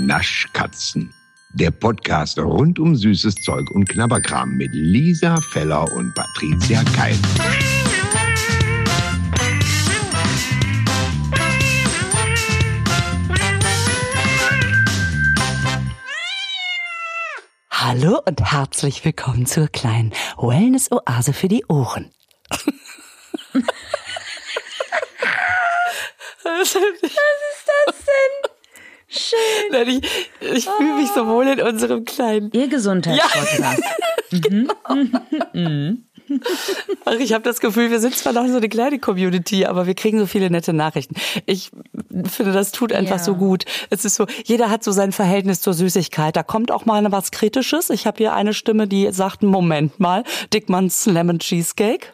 Naschkatzen. Der Podcast rund um süßes Zeug und Knabberkram mit Lisa Feller und Patricia Keil. Hallo und herzlich willkommen zur kleinen Wellness-Oase für die Ohren. Was ist das denn? Schön. Ich fühle mich so wohl in unserem kleinen... Ihr Gesundheitspodcast. Ja, genau. Ach, ich habe das Gefühl, wir sind zwar noch so eine kleine Community, aber wir kriegen so viele nette Nachrichten. Ich finde, das tut einfach so gut. Es ist so, jeder hat so sein Verhältnis zur Süßigkeit. Da kommt auch mal was Kritisches. Ich habe hier eine Stimme, die sagt, Moment mal, Dickmanns Lemon Cheesecake.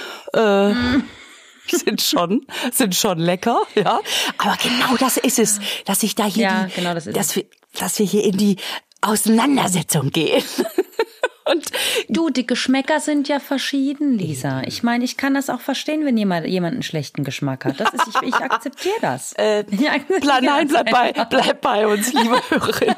Sind schon lecker, ja. Aber genau das ist es, dass ich da hier dass wir hier in die Auseinandersetzung gehen. Und du, die Geschmäcker sind ja verschieden, Lisa. Ich meine, ich kann das auch verstehen, wenn jemand einen schlechten Geschmack hat. Ich akzeptiere das. Bleib bei uns, liebe Hörerin.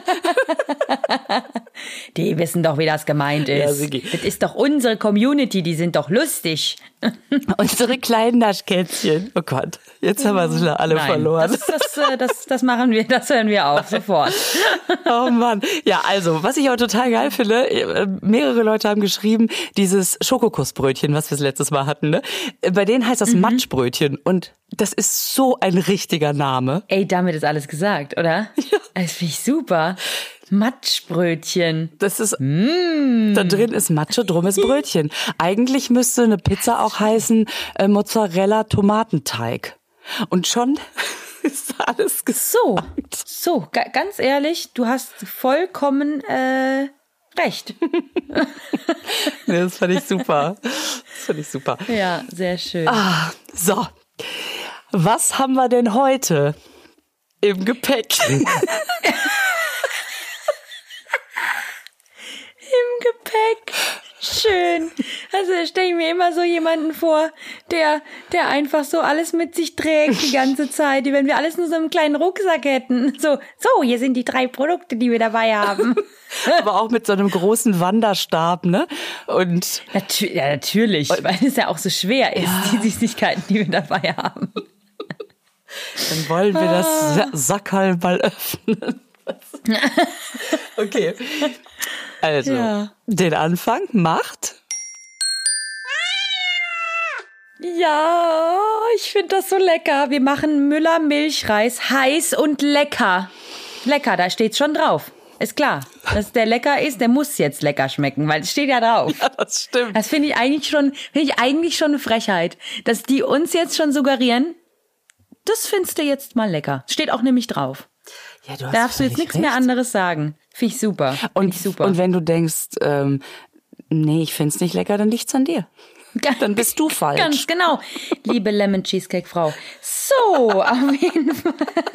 Die wissen doch, wie das gemeint ist. Ja, das ist doch unsere Community, die sind doch lustig. Unsere kleinen Naschkätzchen. Oh Gott, jetzt haben wir sie alle verloren. Das machen wir, das hören wir auf, sofort. Oh Mann. Ja, also, was ich auch total geil finde, mehrere Leute haben geschrieben, dieses Schokokussbrötchen, was wir das letztes Mal hatten, ne? Bei denen heißt das Matschbrötchen und das ist so ein richtiger Name. Ey, damit ist alles gesagt, oder? Ja. Das finde ich super. Matschbrötchen. Das ist, da drin ist Matsche, drum ist Brötchen. Eigentlich müsste eine Pizza auch heißen Mozzarella Tomatenteig. Und schon ist alles gesagt. So, ganz ehrlich, du hast vollkommen recht. Das fand ich super. Ja, sehr schön. So, was haben wir denn heute im Gepäck? Im Gepäck. Schön. Also stelle ich mir immer so jemanden vor, der einfach so alles mit sich trägt die ganze Zeit, wie wenn wir alles nur so einen kleinen Rucksack hätten. So, hier sind die 3 Produkte, die wir dabei haben. Aber auch mit so einem großen Wanderstab, ne? Und natürlich, weil es ja auch so schwer ist, die Süßigkeiten, die wir dabei haben. Dann wollen wir das Sackerl mal öffnen. Okay. Also, den Anfang macht. Ja, ich finde das so lecker. Wir machen Müller Milchreis heiß und lecker. Lecker, da steht's schon drauf. Ist klar, dass der lecker ist, der muss jetzt lecker schmecken, weil es steht ja drauf. Ja, das stimmt. Das finde ich eigentlich schon eine Frechheit, dass die uns jetzt schon suggerieren, das findest du jetzt mal lecker. Steht auch nämlich drauf. Ja, da darfst du jetzt nichts mehr anderes sagen. Finde ich super. Und wenn du denkst, nee, ich find's nicht lecker, dann liegt's an dir. Dann bist du falsch. Ganz genau. Liebe Lemon Cheesecake Frau. So, auf jeden Fall.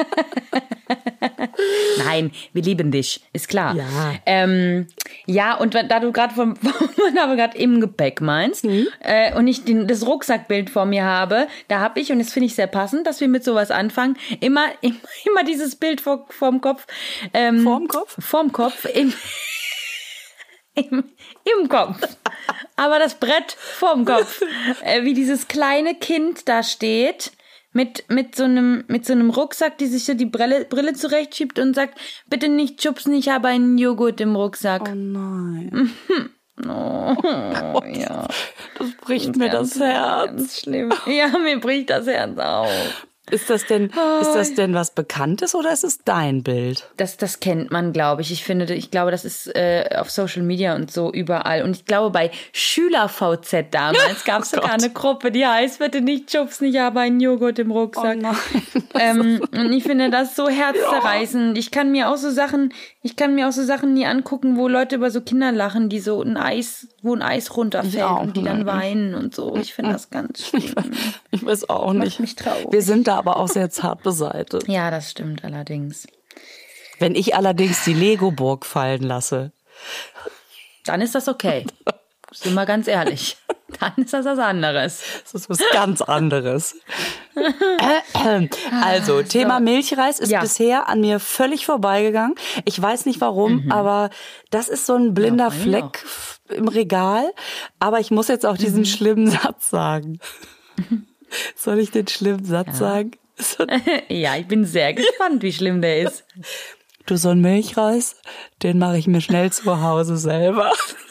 Nein, wir lieben dich, ist klar. Ja, und da du gerade im Gepäck meinst und ich das Rucksackbild vor mir habe, da habe ich, und das finde ich sehr passend, dass wir mit sowas anfangen, immer dieses Bild vorm Kopf. Vorm Kopf? Vorm Kopf, im Kopf. Aber das Brett vorm Kopf. Wie dieses kleine Kind da steht, mit so einem Rucksack, die sich so die Brille zurechtschiebt und sagt, bitte nicht schubsen, ich habe einen Joghurt im Rucksack. Oh nein. Oh, ja. Das bricht mir das Herz. Ganz schlimm. Ja, mir bricht das Herz auch. Ist das denn was Bekanntes oder ist es dein Bild? Das kennt man, glaube ich. Ich glaube, das ist auf Social Media und so überall. Und ich glaube, bei SchülerVZ damals gab es sogar eine Gruppe, die heißt, bitte nicht schubsen, ich habe einen Joghurt im Rucksack. Oh nein. Und ich finde das so herzzerreißend. Ich kann mir auch so Sachen nie angucken, wo Leute über so Kinder lachen, die so wo ein Eis runterfällt und die dann weinen und so. Ich finde das ganz schlimm. Ich weiß auch nicht. Macht mich traurig. Wir sind da aber auch sehr zart beseitigt. Ja, das stimmt allerdings. Wenn ich allerdings die Lego-Burg fallen lasse, dann ist das okay. Sind wir ganz ehrlich. Dann ist das was anderes. Das ist was ganz anderes. Also, Thema Milchreis ist bisher an mir völlig vorbeigegangen. Ich weiß nicht warum, aber das ist so ein blinder Fleck im Regal. Aber ich muss jetzt auch diesen schlimmen Satz sagen. Soll ich den schlimmen Satz sagen? Ja, ich bin sehr gespannt, wie schlimm der ist. Du, so einen Milchreis, den mache ich mir schnell zu Hause selber.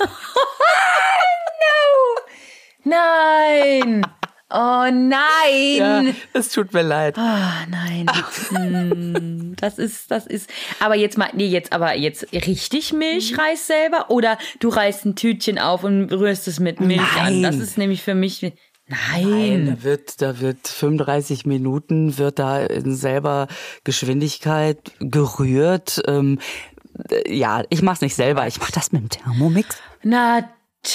Nein! Oh nein! Ja, es tut mir leid. Oh nein. Das ist. Aber jetzt richtig Milchreis selber? Oder du reißt ein Tütchen auf und rührst es mit Milch an? Das ist nämlich für mich. Nein. Da wird 35 Minuten wird da in selber Geschwindigkeit gerührt. Ja, ich mach's nicht selber. Ich mach das mit dem Thermomix. Natürlich.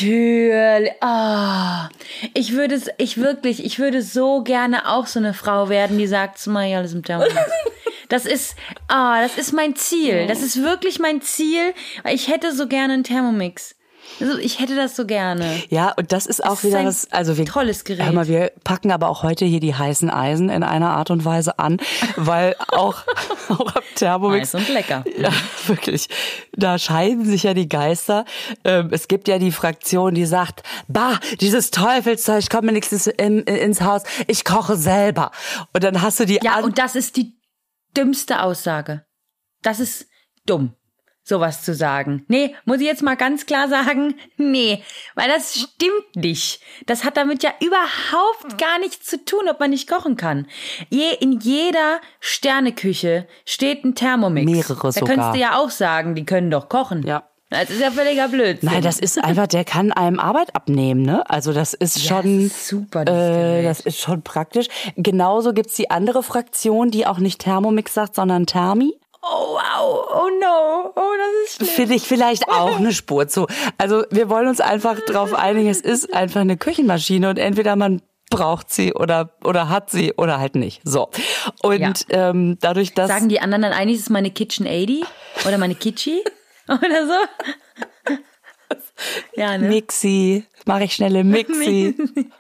Ich würde so gerne auch so eine Frau werden, die sagt, das mach ich alles im Thermomix. Das ist mein Ziel. Das ist wirklich mein Ziel, weil ich hätte so gerne einen Thermomix. Also ich hätte das so gerne. Ja, und das ist auch wieder das, also tolles Gerät. Hör mal, wir packen aber auch heute hier die heißen Eisen in einer Art und Weise an, weil auch am Thermomix. Heiß und lecker. Ja, wirklich. Da scheiden sich ja die Geister. Es gibt ja die Fraktion, die sagt, bah, dieses Teufelszeug kommt mir nichts ins Haus, ich koche selber. Und dann hast du die und das ist die dümmste Aussage. Das ist dumm, sowas zu sagen. Nee, muss ich jetzt mal ganz klar sagen, nee, weil das stimmt nicht. Das hat damit ja überhaupt gar nichts zu tun, ob man nicht kochen kann. In jeder Sterneküche steht ein Thermomix. Mehrere sogar. Da könntest du ja auch sagen, die können doch kochen. Ja. Das ist ja völliger Blödsinn. Nein, das ist einfach, der kann einem Arbeit abnehmen, ne? Also das ist schon, das ist super, das ist schon praktisch. Genauso gibt's die andere Fraktion, die auch nicht Thermomix sagt, sondern Thermi. Oh, wow. Oh, no. Oh, das ist schlimm. Finde ich vielleicht auch eine Spur zu. Also wir wollen uns einfach drauf einigen, es ist einfach eine Küchenmaschine und entweder man braucht sie oder hat sie oder halt nicht. So. Und dadurch, dass... Sagen die anderen dann eigentlich, es ist meine Kitchen 80 oder meine Kitchi oder so? Ja, ne? Mixi. Mache ich schnell im Mixi.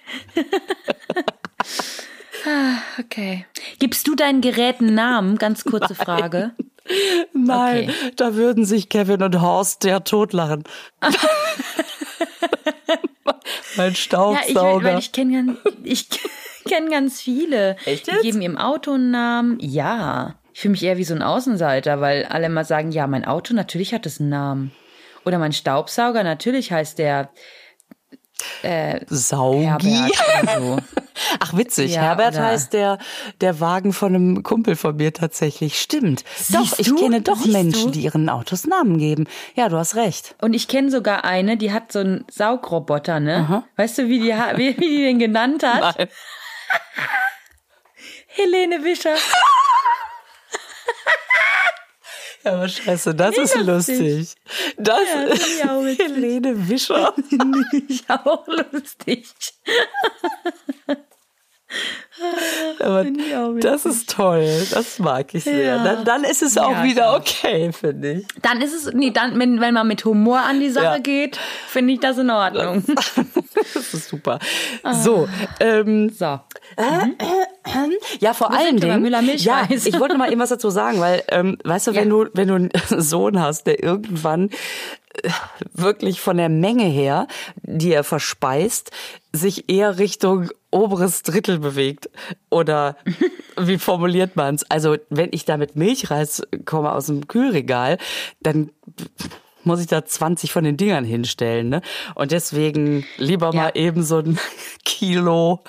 Okay. Gibst du deinen Geräten Namen? Ganz kurze Frage. Nein, da würden sich Kevin und Horst ja totlachen. Mein Staubsauger. Ja, ich kenne ganz viele. Echt Die jetzt? geben ihrem Auto einen Namen. Ja. Ich fühle mich eher wie so ein Außenseiter, weil alle immer sagen, ja, mein Auto, natürlich hat es einen Namen. Oder mein Staubsauger, natürlich heißt der Saugi. Herbert oder so. Ach, witzig. Ja, Herbert oder? heißt der Wagen von einem Kumpel von mir tatsächlich. Stimmt. Doch, ich du? kenne doch Siehst Menschen, du? die ihren Autos Namen geben. Ja, du hast recht. Und ich kenne sogar eine, die hat so einen Saugroboter, ne? Aha. Weißt du, wie die den genannt hat? Nein. Helene Wischer. Ja, aber scheiße, das ist lustig. Das find ich auch ist witzig. Helene Wischer. Ich auch lustig. Aber Find ich auch witzig. das ist toll. Das mag ich sehr. Ja. Dann ist es auch Ja, wieder ich auch. okay, finde ich. Dann ist es, wenn man mit Humor an die Sache Ja. geht, finde ich das in Ordnung. Das ist super. So, So. ja, vor Wo allen sind wir bei Dingen. Müller Ja, Milchreis? ich wollte noch mal eben was dazu sagen, weil, weißt du, wenn du einen Sohn hast, der irgendwann wirklich von der Menge her, die er verspeist, sich eher Richtung oberes Drittel bewegt. Oder wie formuliert man's? Also, wenn ich da mit Milchreis komme aus dem Kühlregal, dann muss ich da 20 von den Dingern hinstellen, ne? Und deswegen lieber mal eben so ein Kilo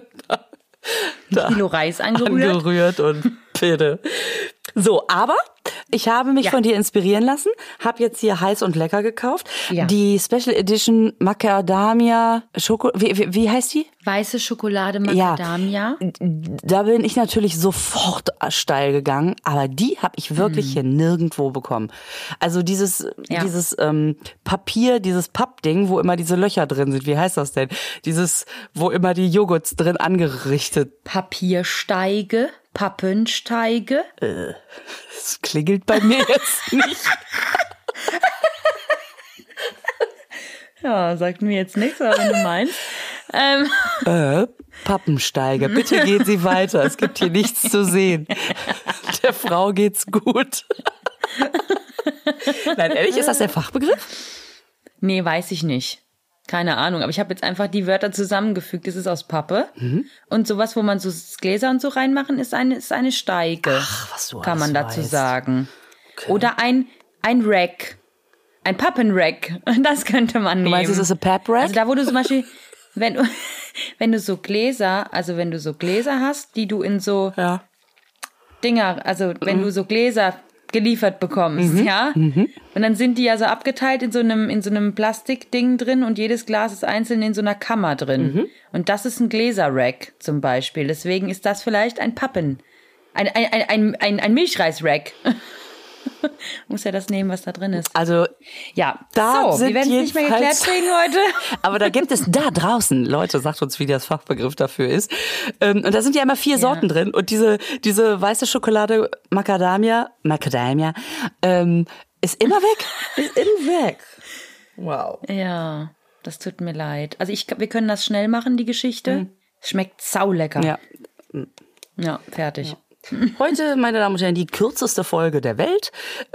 Kilo Reis angerührt. und bitte. So, aber ich habe mich von dir inspirieren lassen, habe jetzt hier heiß und lecker gekauft. Ja. Die Special Edition Macadamia wie heißt die? Weiße Schokolade Macadamia. Da bin ich natürlich sofort steil gegangen, aber die habe ich wirklich hier nirgendwo bekommen. Also dieses Papier, dieses Pappding, wo immer diese Löcher drin sind. Wie heißt das denn? Dieses, wo immer die Joghurts drin angerichtet. Papiersteige. Pappensteige. Das klingelt bei mir jetzt nicht. Ja, sagt mir jetzt nichts, aber wenn du meinst. Pappensteiger, bitte gehen Sie weiter. Es gibt hier nichts zu sehen. Der Frau geht's gut. Nein, ehrlich, ist das der Fachbegriff? Nee, weiß ich nicht. Keine Ahnung, aber ich habe jetzt einfach die Wörter zusammengefügt. Das ist aus Pappe. Und sowas, wo man so Gläser und so reinmachen, ist eine Steige. Ach, was du kann man dazu weißt. sagen. Okay. Oder ein Rack. Ein Pappenrack. Das könnte man nehmen. Du meinst, es ist ein Pap-Rack? Also da, wo du zum Beispiel, wenn du so Gläser hast, die du in so Dinger, also wenn du so Gläser geliefert bekommst, ja? Und dann sind die ja so abgeteilt in so einem Plastikding drin und jedes Glas ist einzeln in so einer Kammer drin. Und das ist ein Gläserrack zum Beispiel. Deswegen ist das vielleicht ein ein Milchreisrack. Muss ja das nehmen, was da drin ist. Also, ja, da so, wir werden es nicht mehr geklärt kriegen heute. Aber da gibt es da draußen, Leute, sagt uns, wie das Fachbegriff dafür ist. Und da sind ja immer 4 Sorten drin. Und diese weiße Schokolade Macadamia, ist immer weg. Ist immer weg. Wow. Ja, das tut mir leid. Also wir können das schnell machen, die Geschichte. Schmeckt saulecker. Ja. Ja, fertig. Ja. Heute, meine Damen und Herren, die kürzeste Folge der Welt.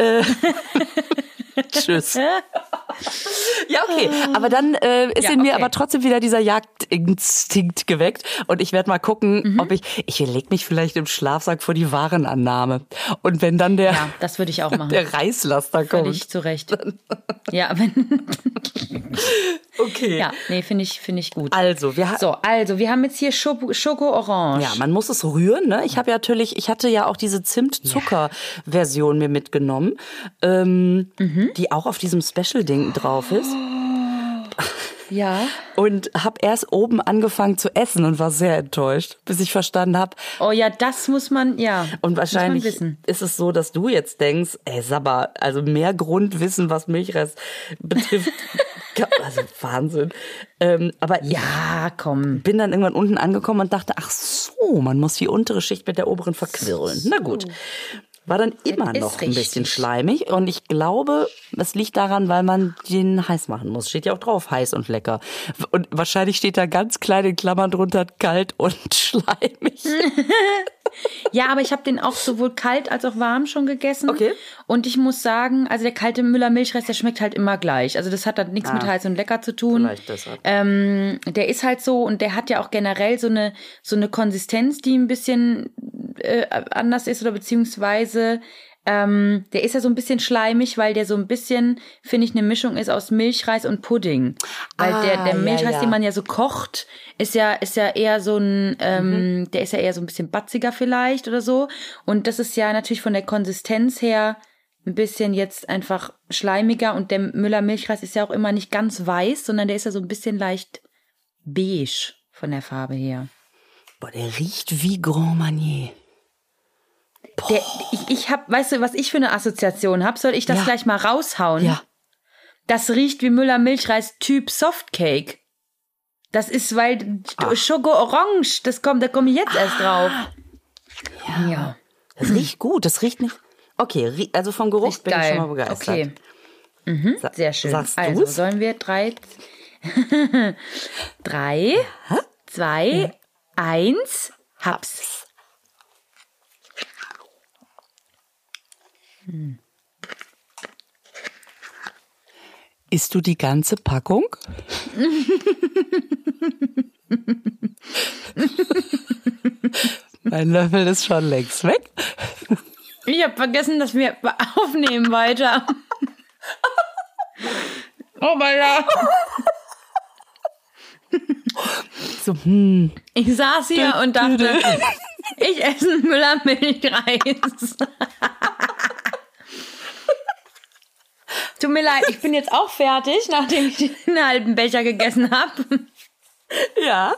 Tschüss. Ja, okay. Aber dann ist in mir aber trotzdem wieder dieser Jagdinstinkt geweckt. Und ich werde mal gucken, ob ich leg mich vielleicht im Schlafsack vor die Warenannahme. Und wenn dann das würde ich auch machen. Der Reislaster kommt. Völlig zu Recht. Ja, wenn. Okay. Ja, nee, finde ich gut. Also, wir haben jetzt hier Schoko-Orange. Ja, man muss es rühren, ne? Ich hatte ja auch diese Zimt-Zucker-Version mir mitgenommen, die auch auf diesem Special-Ding drauf ist. Ja. Und habe erst oben angefangen zu essen und war sehr enttäuscht, bis ich verstanden habe. Oh ja, das muss man, Und wahrscheinlich ist es so, dass du jetzt denkst, Sabba, also mehr Grundwissen, was Milchreis betrifft. Also Wahnsinn. Aber ja, komm. Bin dann irgendwann unten angekommen und dachte, ach so, man muss die untere Schicht mit der oberen verquirlen. Na gut. War dann immer noch ein bisschen schleimig und ich glaube, es liegt daran, weil man den heiß machen muss. Steht ja auch drauf, heiß und lecker. Und wahrscheinlich steht da ganz klein in Klammern drunter, kalt und schleimig. Ja, aber ich habe den auch sowohl kalt als auch warm schon gegessen. Okay. Und ich muss sagen, also der kalte Müller-Milchreis, der schmeckt halt immer gleich. Also das hat dann nichts mit heiß und lecker zu tun. Vielleicht deshalb. Der ist halt so und der hat ja auch generell so eine Konsistenz, die ein bisschen anders ist oder beziehungsweise der ist ja so ein bisschen schleimig, weil der so ein bisschen, finde ich, eine Mischung ist aus Milchreis und Pudding. Weil der Milchreis, den man ja so kocht, ist ja eher so ein, der ist ja eher so ein bisschen batziger vielleicht oder so. Und das ist ja natürlich von der Konsistenz her ein bisschen jetzt einfach schleimiger. Und der Müller-Milchreis ist ja auch immer nicht ganz weiß, sondern der ist ja so ein bisschen leicht beige von der Farbe her. Boah, der riecht wie Grand Marnier. Ich hab, weißt du, was ich für eine Assoziation habe? Soll ich das gleich mal raushauen? Ja. Das riecht wie Müller-Milchreis Typ Softcake. Das ist, weil Schoko-Orange, da komme ich jetzt erst drauf. Ja. Das riecht gut, das riecht nicht... Okay, also vom Geruch riecht bin geil. Ich schon mal begeistert. Okay. Sehr schön. Sagst also, du's? sollen wir 3, 2, 1, hab's. Isst du die ganze Packung? Mein Löffel ist schon längst weg. Ich habe vergessen, dass wir aufnehmen weiter. Oh mein Gott. So, Ich saß hier und dachte, ich esse einen Müller-Milchreis. Tut mir leid, ich bin jetzt auch fertig, nachdem ich den halben Becher gegessen habe. Ja.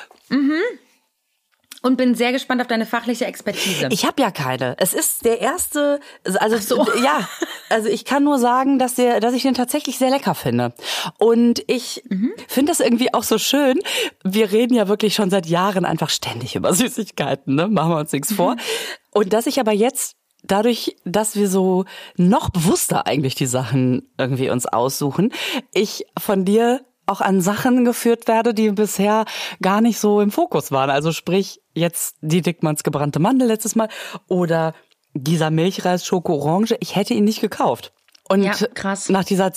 Und bin sehr gespannt auf deine fachliche Expertise. Ich habe ja keine. Es ist der erste, also ja, also ich kann nur sagen, dass ich den tatsächlich sehr lecker finde. Und ich finde das irgendwie auch so schön. Wir reden ja wirklich schon seit Jahren einfach ständig über Süßigkeiten, ne? Machen wir uns nichts vor. Und dass ich aber jetzt dadurch, dass wir so noch bewusster eigentlich die Sachen irgendwie uns aussuchen, ich von dir auch an Sachen geführt werde, die bisher gar nicht so im Fokus waren. Also sprich, jetzt die Dickmanns gebrannte Mandel letztes Mal oder dieser Milchreis Schoko-Orange. Ich hätte ihn nicht gekauft. Und ja, krass. Nach dieser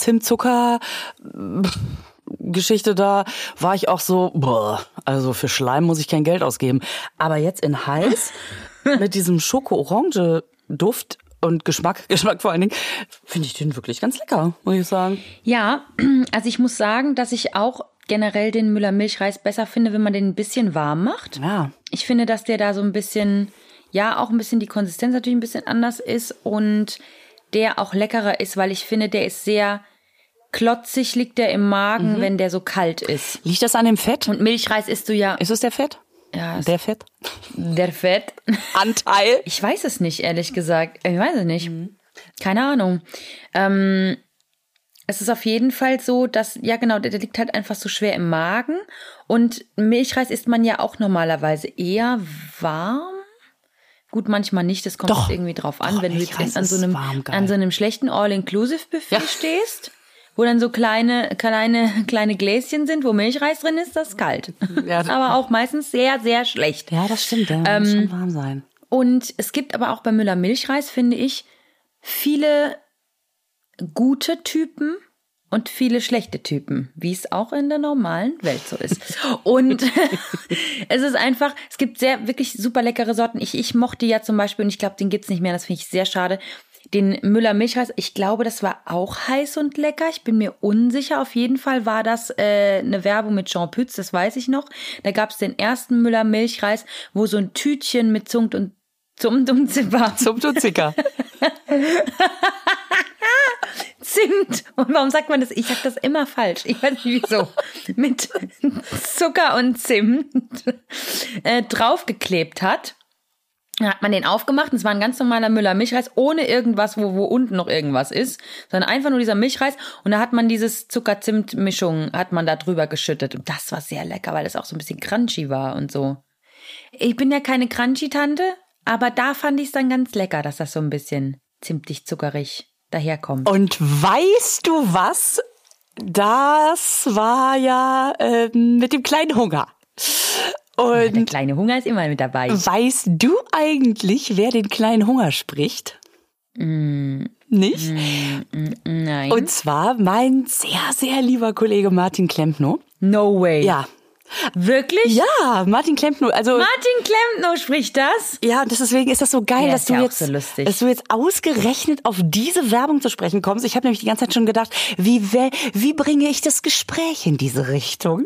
Zimt-Zucker-Geschichte da war ich auch so, boah, also für Schleim muss ich kein Geld ausgeben. Aber jetzt in heiß mit diesem Schoko-Orange-Duft und Geschmack vor allen Dingen, finde ich den wirklich ganz lecker, muss ich sagen. Ja, also ich muss sagen, dass ich auch generell den Müller-Milchreis besser finde, wenn man den ein bisschen warm macht. Ja. Ich finde, dass der da so ein bisschen, ja, auch ein bisschen die Konsistenz natürlich ein bisschen anders ist und der auch leckerer ist, weil ich finde, der ist sehr klotzig, liegt der im Magen, wenn der so kalt ist. Liegt das an dem Fett? Und Milchreis isst du ja... Ist es der Fett? Ja, der Fett? Der Fett. Anteil? Ich weiß es nicht, ehrlich gesagt. Ich weiß es nicht. Keine Ahnung. Es ist auf jeden Fall so, dass, ja genau, der liegt halt einfach so schwer im Magen. Und Milchreis isst man ja auch normalerweise eher warm. Gut, manchmal nicht, das kommt irgendwie drauf an. Wenn du jetzt an so einem schlechten All-Inclusive-Buffet stehst, wo dann so kleine Gläschen sind, wo Milchreis drin ist, das ist kalt. Ja. Aber auch meistens sehr, sehr schlecht. Ja, das stimmt, der muss schon warm sein. Und es gibt aber auch bei Müller Milchreis, finde ich, viele gute Typen und viele schlechte Typen, wie es auch in der normalen Welt so ist. Und es ist einfach, es gibt wirklich super leckere Sorten. Ich mochte ja zum Beispiel, und ich glaube, den gibt's nicht mehr, das finde ich sehr schade, den Müller Milchreis. Ich glaube, das war auch heiß und lecker. Ich bin mir unsicher. Auf jeden Fall war das eine Werbung mit Jean Pütz, das weiß ich noch. Da gab's den ersten Müller Milchreis, wo so ein Tütchen mit Zimt und Zimt. Zimt. Und warum sagt man das? Ich sag das immer falsch. Ich weiß nicht wieso. Mit Zucker und Zimt draufgeklebt hat. Dann hat man den aufgemacht und es war ein ganz normaler Müller Milchreis, ohne irgendwas, wo unten noch irgendwas ist, sondern einfach nur dieser Milchreis und da hat man dieses Zucker-Zimt-Mischung, hat man da drüber geschüttet und das war sehr lecker, weil das auch so ein bisschen crunchy war und so. Ich bin ja keine Crunchy-Tante, aber da fand ich es dann ganz lecker, dass das so ein bisschen zimtig-zuckerig daherkommt. Und weißt du was? Das war ja mit dem kleinen Hunger. Und ja, der kleine Hunger ist immer mit dabei. Weißt du eigentlich, wer den kleinen Hunger spricht? Nicht? Nein. Und zwar mein sehr, sehr lieber Kollege Martin Klempno. No way. Ja. Wirklich? Ja, Martin Klempno. Also Martin Klempno spricht das? Ja, und deswegen ist das so geil, dass du jetzt ausgerechnet auf diese Werbung zu sprechen kommst. Ich habe nämlich die ganze Zeit schon gedacht, wie bringe ich das Gespräch in diese Richtung?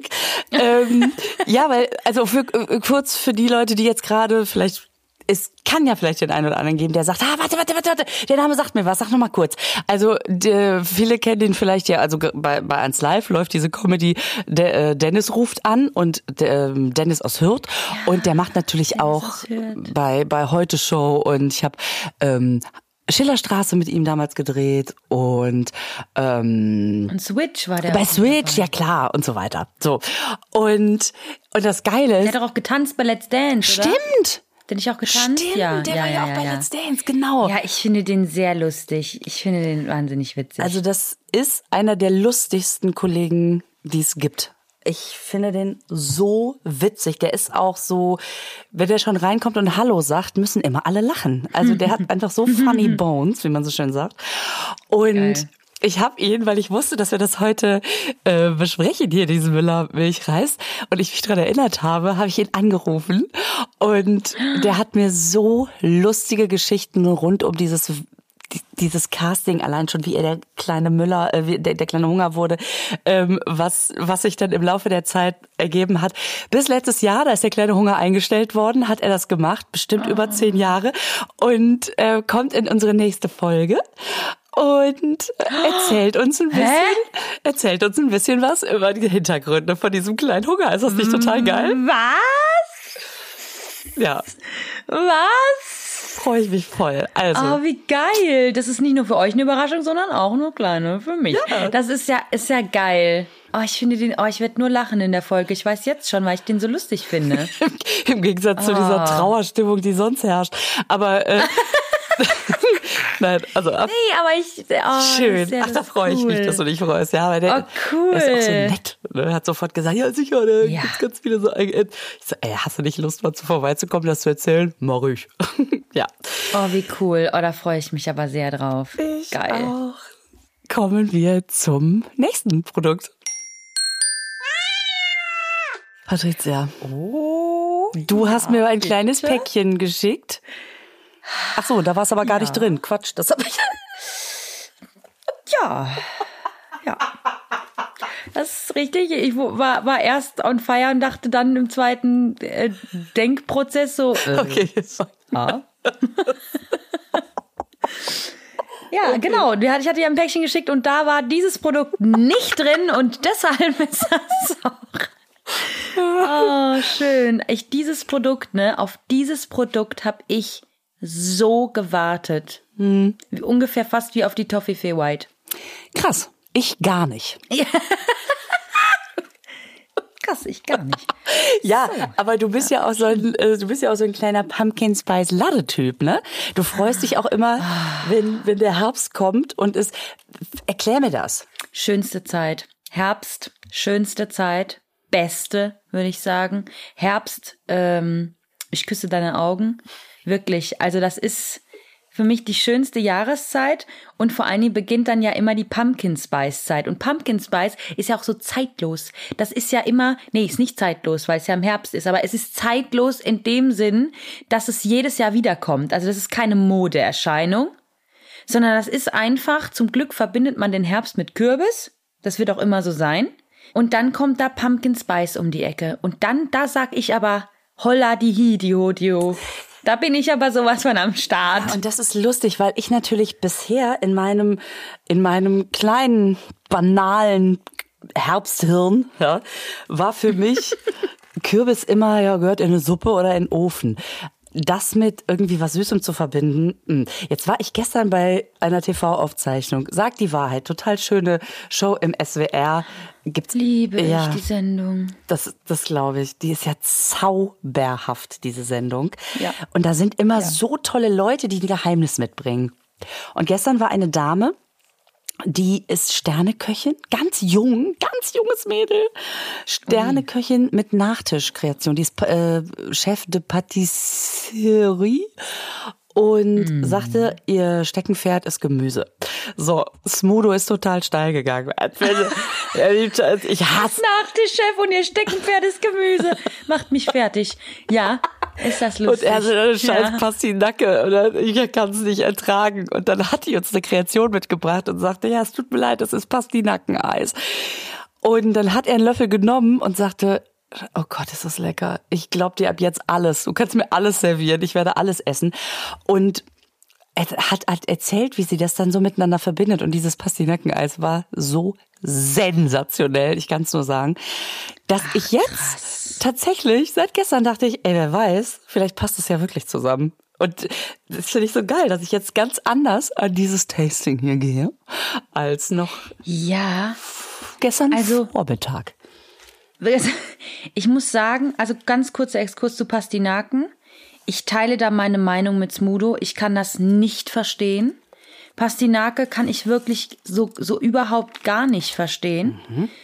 Ja, weil, also kurz für die Leute, die jetzt gerade vielleicht, es kann ja vielleicht den einen oder anderen geben, der sagt, warte, der Name sagt mir was, sag noch mal kurz. Also viele kennen den vielleicht ja, also bei 1 Live läuft diese Comedy, Dennis ruft an und Dennis aus Hürth und der macht natürlich Dennis auch bei Heute Show und ich habe Schillerstraße mit ihm damals gedreht und Switch war der. Bei Switch, ja klar, und so weiter. So. Und das Geile ist. Der hat doch auch getanzt bei Let's Dance, oder? Stimmt! Den ich auch getanzt? Stimmt, ja, der war ja auch bei Let's Dance, genau. Ja, ich finde den sehr lustig. Ich finde den wahnsinnig witzig. Also das ist einer der lustigsten Kollegen, die es gibt. Ich finde den so witzig. Der ist auch so, wenn der schon reinkommt und Hallo sagt, müssen immer alle lachen. Also der hat einfach so funny bones, wie man so schön sagt. Und geil. Ich habe ihn, weil ich wusste, dass wir das heute besprechen, hier diesen Müller-Milchreis, und ich mich daran erinnert habe, habe ich ihn angerufen und der hat mir so lustige Geschichten rund um dieses Casting, allein schon, wie er der kleine Müller, der kleine Hunger wurde, was sich dann im Laufe der Zeit ergeben hat. Bis letztes Jahr, da ist der kleine Hunger eingestellt worden, hat er das gemacht, bestimmt über 10 Jahre und kommt in unsere nächste Folge. Und erzählt uns ein bisschen was über die Hintergründe von diesem kleinen Hunger. Ist das nicht total geil? Was? Ja. Was? Freue ich mich voll. Also. Oh, wie geil. Das ist nicht nur für euch eine Überraschung, sondern auch eine kleine für mich. Ja. Das ist ja geil. Oh, ich finde ich werde nur lachen in der Folge. Ich weiß jetzt schon, weil ich den so lustig finde. Im Gegensatz zu dieser Trauerstimmung, die sonst herrscht. Aber Nein, also nee, aber schön. Ach, da freue ich mich, dass du dich freust. Ja, weil der cool. ist auch so nett. Er hat sofort gesagt, ja sicher, da gibt's ganz viele so. Ich so, hast du nicht Lust, mal vorbeizukommen, das zu erzählen? Mach ich. Ja. Oh, wie cool. Oh, da freue ich mich aber sehr drauf. Ich Geil. auch. Kommen wir zum nächsten Produkt. Patricia. Oh. Du hast mir ein kleines Päckchen geschickt. Ach so, da war es aber gar nicht drin. Quatsch, das habe ich. Ja. Das ist richtig. Ich war erst on fire und dachte dann im zweiten Denkprozess so. Okay. Ja, okay. Genau. Ich hatte dir ein Päckchen geschickt und da war dieses Produkt nicht drin und deshalb ist das auch. Oh, schön. Auf dieses Produkt habe ich so gewartet. Ungefähr fast wie auf die Toffifee White. Krass. Ich gar nicht. Krass, ich gar nicht. Ja, so. Aber du bist ja auch so ein kleiner Pumpkin Spice Latte Typ, ne? Du freust dich auch immer, wenn der Herbst kommt und erklär mir das. Schönste Zeit. Herbst, schönste Zeit. Beste, würde ich sagen. Herbst, ich küsse deine Augen. Wirklich, also das ist für mich die schönste Jahreszeit und vor allen Dingen beginnt dann ja immer die Pumpkin Spice Zeit. Und Pumpkin Spice ist ja auch so zeitlos. Das ist ja immer, ist nicht zeitlos, weil es ja im Herbst ist, aber es ist zeitlos in dem Sinn, dass es jedes Jahr wiederkommt. Also das ist keine Modeerscheinung, sondern das ist einfach, zum Glück verbindet man den Herbst mit Kürbis. Das wird auch immer so sein. Und dann kommt da Pumpkin Spice um die Ecke. Und dann, da sag ich aber, holla die Hidio. Da bin ich aber sowas von am Start. Ja, und das ist lustig, weil ich natürlich bisher in meinem kleinen, banalen Herbsthirn, war für mich Kürbis immer, gehört in eine Suppe oder in den Ofen. Das mit irgendwie was Süßem zu verbinden. Jetzt war ich gestern bei einer TV-Aufzeichnung. Sag die Wahrheit. Total schöne Show im SWR. Liebe ich die Sendung. Das glaube ich. Die ist ja zauberhaft, diese Sendung. Ja. Und da sind immer so tolle Leute, die ein Geheimnis mitbringen. Und gestern war eine Dame, die ist Sterneköchin, ganz junges Mädel. Sterneköchin mit Nachtischkreation. Die ist Chef de Patisserie und sagte, ihr Steckenpferd ist Gemüse. So, Smudo ist total steil gegangen. Ich hasse Nachtischchef und ihr Steckenpferd ist Gemüse. Macht mich fertig. Ja. Ist das lustig? Und er so eine scheiß Pastinacke und ich kann es nicht ertragen. Und dann hat die uns eine Kreation mitgebracht und sagte, ja, es tut mir leid, das ist Pastinackeneis. Und dann hat er einen Löffel genommen und sagte, oh Gott, ist das lecker. Ich glaub dir ab jetzt alles. Du kannst mir alles servieren, ich werde alles essen. Und er hat erzählt, wie sie das dann so miteinander verbindet. Und dieses Pastinackeneis war so sensationell, ich kann es nur sagen, dass ich jetzt tatsächlich, seit gestern dachte ich, wer weiß, vielleicht passt es ja wirklich zusammen. Und das finde ich so geil, dass ich jetzt ganz anders an dieses Tasting hier gehe, als noch gestern Vormittag. Ich muss sagen, also ganz kurzer Exkurs zu Pastinaken. Ich teile da meine Meinung mit Smudo. Ich kann das nicht verstehen. Pastinake kann ich wirklich so überhaupt gar nicht verstehen.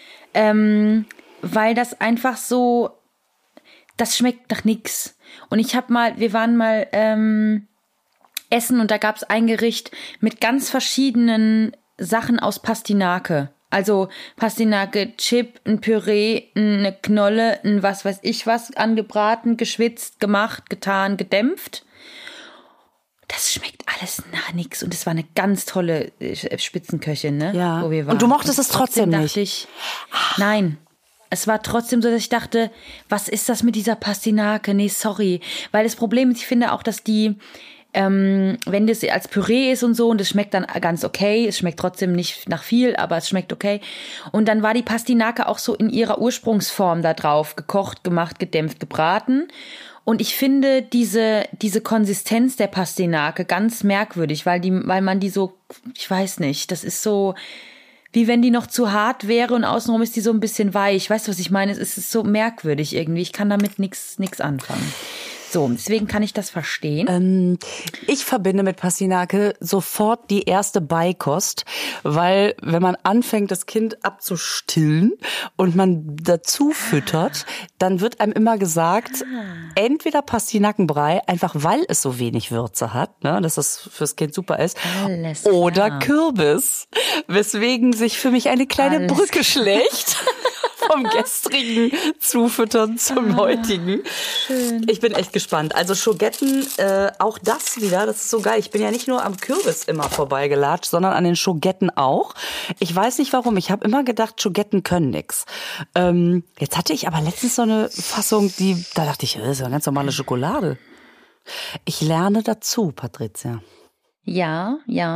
Weil das einfach so, das schmeckt nach nix. Und wir waren mal essen und da gab es ein Gericht mit ganz verschiedenen Sachen aus Pastinake. Also Pastinake, Chip, ein Püree, eine Knolle, ein was weiß ich was, angebraten, geschwitzt, gemacht, getan, gedämpft. Das schmeckt alles nach nix. Und es war eine ganz tolle Spitzenköchin, ne? Ja. Wo wir waren. Und du mochtest es trotzdem nicht? Nein. Es war trotzdem so, dass ich dachte, was ist das mit dieser Pastinake? Nee, sorry. Weil das Problem ist, ich finde auch, dass die, wenn das als Püree ist und so, und es schmeckt dann ganz okay, es schmeckt trotzdem nicht nach viel, aber es schmeckt okay. Und dann war die Pastinake auch so in ihrer Ursprungsform da drauf, gekocht, gemacht, gedämpft, gebraten. Und ich finde diese Konsistenz der Pastinake ganz merkwürdig, weil man die so, ich weiß nicht, das ist so, wie wenn die noch zu hart wäre und außenrum ist die so ein bisschen weich. Weißt du, was ich meine? Es ist so merkwürdig irgendwie. Ich kann damit nix anfangen. So, deswegen kann ich das verstehen. Ich verbinde mit Pastinake sofort die erste Beikost, weil wenn man anfängt, das Kind abzustillen und man dazu füttert, dann wird einem immer gesagt, entweder Pastinakenbrei, einfach weil es so wenig Würze hat, ne, dass das fürs Kind super ist, oder Kürbis, weswegen sich für mich eine kleine Brücke schlägt. Vom gestrigen Zufüttern zum heutigen. Schön. Ich bin echt gespannt. Also Schogetten, auch das wieder, das ist so geil. Ich bin ja nicht nur am Kürbis immer vorbeigelatscht, sondern an den Schogetten auch. Ich weiß nicht warum. Ich habe immer gedacht, Schogetten können nix. Jetzt hatte ich aber letztens so eine Fassung, da dachte ich, das ist ja eine ganz normale Schokolade. Ich lerne dazu, Patricia. Ja,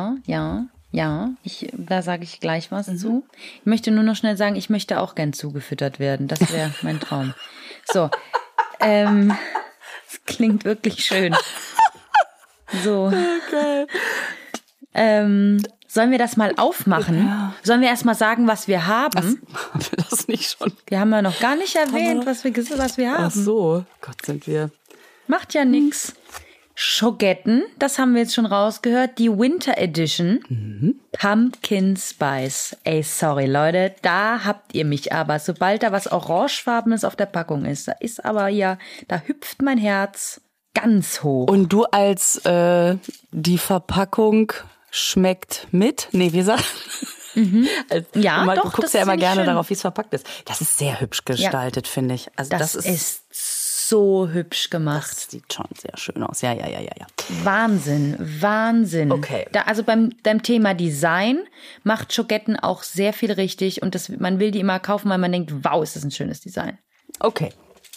da sage ich gleich was zu. Ich möchte nur noch schnell sagen, ich möchte auch gern zugefüttert werden. Das wäre mein Traum. So, das klingt wirklich schön. So. Okay. Sollen wir das mal aufmachen? Ja. Sollen wir erst mal sagen, was wir haben? Haben wir das nicht schon? Wir haben ja noch gar nicht erwähnt, was wir haben. Ach so, Gott, sind wir. Macht ja nix. Schogetten, das haben wir jetzt schon rausgehört, die Winter Edition, Pumpkin Spice. Ey, sorry Leute, da habt ihr mich aber. Sobald da was Orangefarbenes auf der Packung ist, da hüpft mein Herz ganz hoch. Und du als die Verpackung schmeckt mit? Nee, wie sagt Ja, du doch, guckst ja immer gerne darauf, wie es verpackt ist. Das ist sehr hübsch gestaltet, finde ich. Also das ist so hübsch gemacht. Das sieht schon sehr schön aus. Ja. Wahnsinn. Okay. Also beim Thema Design macht Schogetten auch sehr viel richtig und man will die immer kaufen, weil man denkt, wow, ist das ein schönes Design. Okay.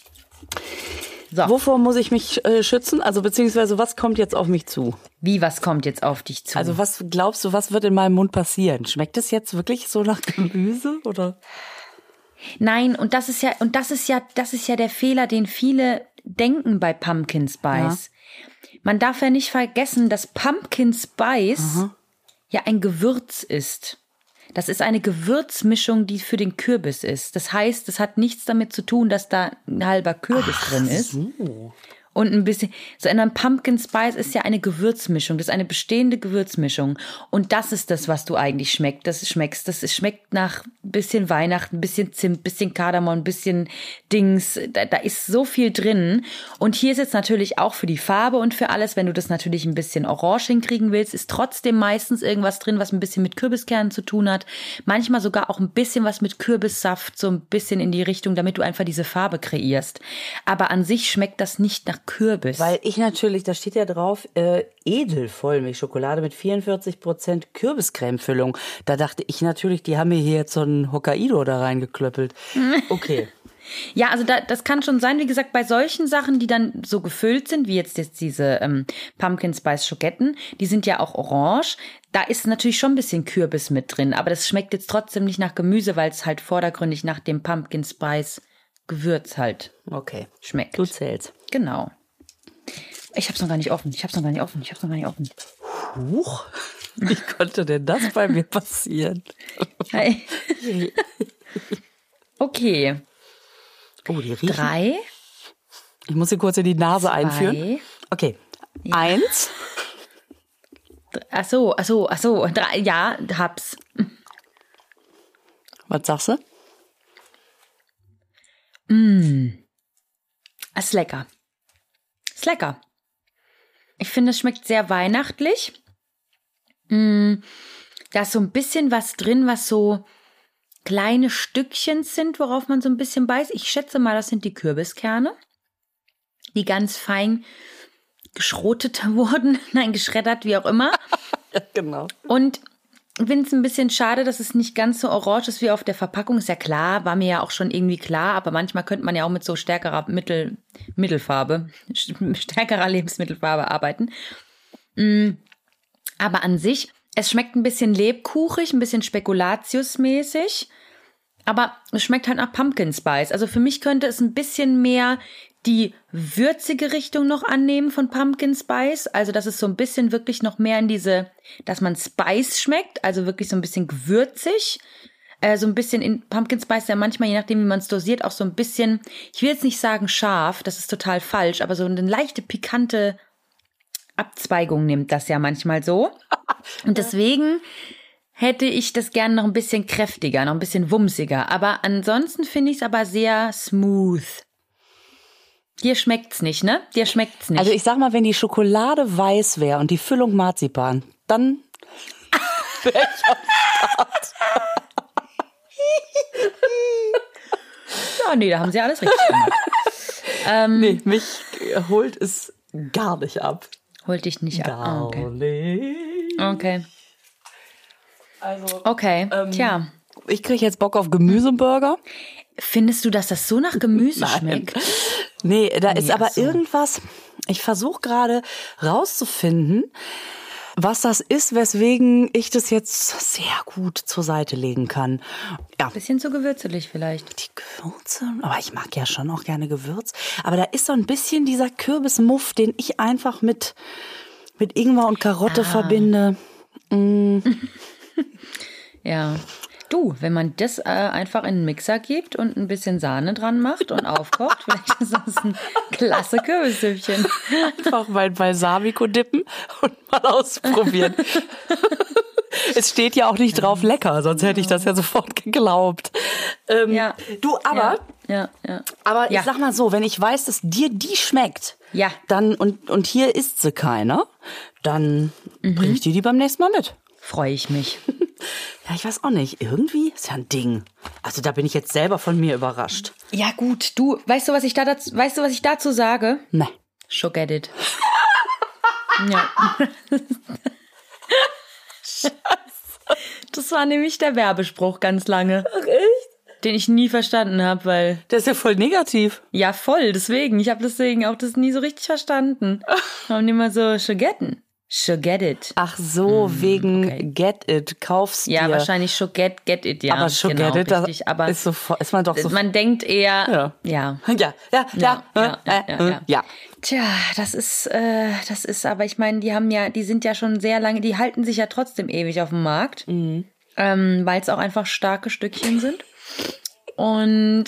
So. Wovor muss ich mich schützen? Also beziehungsweise was kommt jetzt auf mich zu? Wie, was kommt jetzt auf dich zu? Also was glaubst du, was wird in meinem Mund passieren? Schmeckt es jetzt wirklich so nach Gemüse oder? Nein, und das ist ja der Fehler, den viele denken bei Pumpkin Spice. Ja. Man darf ja nicht vergessen, dass Pumpkin Spice ja ein Gewürz ist. Das ist eine Gewürzmischung, die für den Kürbis ist. Das heißt, es hat nichts damit zu tun, dass da ein halber Kürbis drin ist. So. Und ein bisschen, so in einem Pumpkin Spice ist ja eine Gewürzmischung, das ist eine bestehende Gewürzmischung. Und das ist das, was du eigentlich schmeckst. Es schmeckt nach ein bisschen Weihnachten, ein bisschen Zimt, ein bisschen Kardamom, ein bisschen Dings. Da ist so viel drin. Und hier ist jetzt natürlich auch für die Farbe und für alles, wenn du das natürlich ein bisschen orange hinkriegen willst, ist trotzdem meistens irgendwas drin, was ein bisschen mit Kürbiskernen zu tun hat. Manchmal sogar auch ein bisschen was mit Kürbissaft, so ein bisschen in die Richtung, damit du einfach diese Farbe kreierst. Aber an sich schmeckt das nicht nach Kürbis. Weil ich natürlich, da steht ja drauf, Edelvollmilchschokolade mit 44% Kürbiscremefüllung. Da dachte ich natürlich, die haben mir hier jetzt so ein Hokkaido da reingeklöppelt. Okay. Ja, also das kann schon sein, wie gesagt, bei solchen Sachen, die dann so gefüllt sind, wie jetzt diese Pumpkin Spice Schogetten, die sind ja auch orange. Da ist natürlich schon ein bisschen Kürbis mit drin, aber das schmeckt jetzt trotzdem nicht nach Gemüse, weil es halt vordergründig nach dem Pumpkin Spice Gewürz halt schmeckt. Du zählst. Genau. Ich hab's noch gar nicht offen. Huch, wie konnte denn das bei mir passieren? Hi. Okay. Oh, die riechen. 3. Ich muss sie kurz in die Nase 2. einführen. Okay. Ja. 1. Ach so. 3. Ja, hab's. Was sagst du? Ist lecker. Ich finde, es schmeckt sehr weihnachtlich. Da ist so ein bisschen was drin, was so kleine Stückchen sind, worauf man so ein bisschen beißt. Ich schätze mal, das sind die Kürbiskerne, die ganz fein geschrotet wurden. Nein, geschreddert, wie auch immer. Ja, genau. Und ich finde es ein bisschen schade, dass es nicht ganz so orange ist wie auf der Verpackung. Ist ja klar, war mir ja auch schon irgendwie klar, aber manchmal könnte man ja auch mit so stärkerer Mittelfarbe, stärkerer Lebensmittelfarbe arbeiten. Aber an sich, es schmeckt ein bisschen lebkuchig, ein bisschen Spekulatius-mäßig, aber es schmeckt halt nach Pumpkin Spice. Also für mich könnte es ein bisschen mehr die würzige Richtung noch annehmen von Pumpkin Spice. Also dass es so ein bisschen wirklich noch mehr in diese, dass man Spice schmeckt, also wirklich so ein bisschen gewürzig. so ein bisschen in Pumpkin Spice ja manchmal, je nachdem, wie man es dosiert, auch so ein bisschen, ich will jetzt nicht sagen scharf, das ist total falsch, aber so eine leichte, pikante Abzweigung nimmt das ja manchmal so. Und deswegen hätte ich das gerne noch ein bisschen kräftiger, noch ein bisschen wumsiger. Aber ansonsten finde ich es aber sehr smooth. Dir schmeckt's nicht, ne? Dir schmeckt's nicht. Also ich sag mal, wenn die Schokolade weiß wäre und die Füllung Marzipan, dann wäre ich am Start. Ja, nee, da haben sie alles richtig gemacht. Nee, mich holt es gar nicht ab. Holt dich nicht ab. Gar nicht. Okay. Also, Okay, tja. Ich kriege jetzt Bock auf Gemüseburger. Findest du, dass das so nach Gemüse schmeckt? Nee, da ist aber ach so. irgendwas, ich versuche gerade rauszufinden, was das ist, weswegen ich das jetzt sehr gut zur Seite legen kann. Ja. Bisschen zu gewürzelig vielleicht. Die Gewürze, aber ich mag ja schon auch gerne Gewürz. Aber da ist so ein bisschen dieser Kürbismuff, den ich einfach mit Ingwer und Karotte verbinde. Ja. Du, wenn man das einfach in einen Mixer gibt und ein bisschen Sahne dran macht und aufkocht, vielleicht ist das ein klasse Kürbissüppchen. Einfach mein Balsamico dippen und mal ausprobieren. Es steht ja auch nicht drauf lecker, sonst hätte ich das ja sofort geglaubt. Ja. Du, aber, Ja. aber Ja. ich sag mal so, wenn ich weiß, dass dir die schmeckt, Ja. dann und hier isst sie keiner, dann bringe ich die beim nächsten Mal mit. Freue ich mich. Ja, ich weiß auch nicht. Irgendwie ist ja ein Ding. Also da bin ich jetzt selber von mir überrascht. Ja gut, du, weißt du, was ich dazu sage? Ne. So get it. Ja. Das war nämlich der Werbespruch ganz lange. Ach echt? Den ich nie verstanden habe, weil... Der ist ja voll negativ. Ja, voll, deswegen. Ich habe deswegen auch das nie so richtig verstanden. Haben immer so, so getten. So get it. Ach so, wegen okay. Get It, kaufst Ja, dir. wahrscheinlich so get it, ja. Aber schon genau, Get It, richtig. da Aber ist man doch so... man denkt eher, Ja. ja. Ja. Ja. Tja, das ist aber, ich meine, die sind ja schon sehr lange, die halten sich ja trotzdem ewig auf dem Markt, weil es auch einfach starke Stückchen sind. Und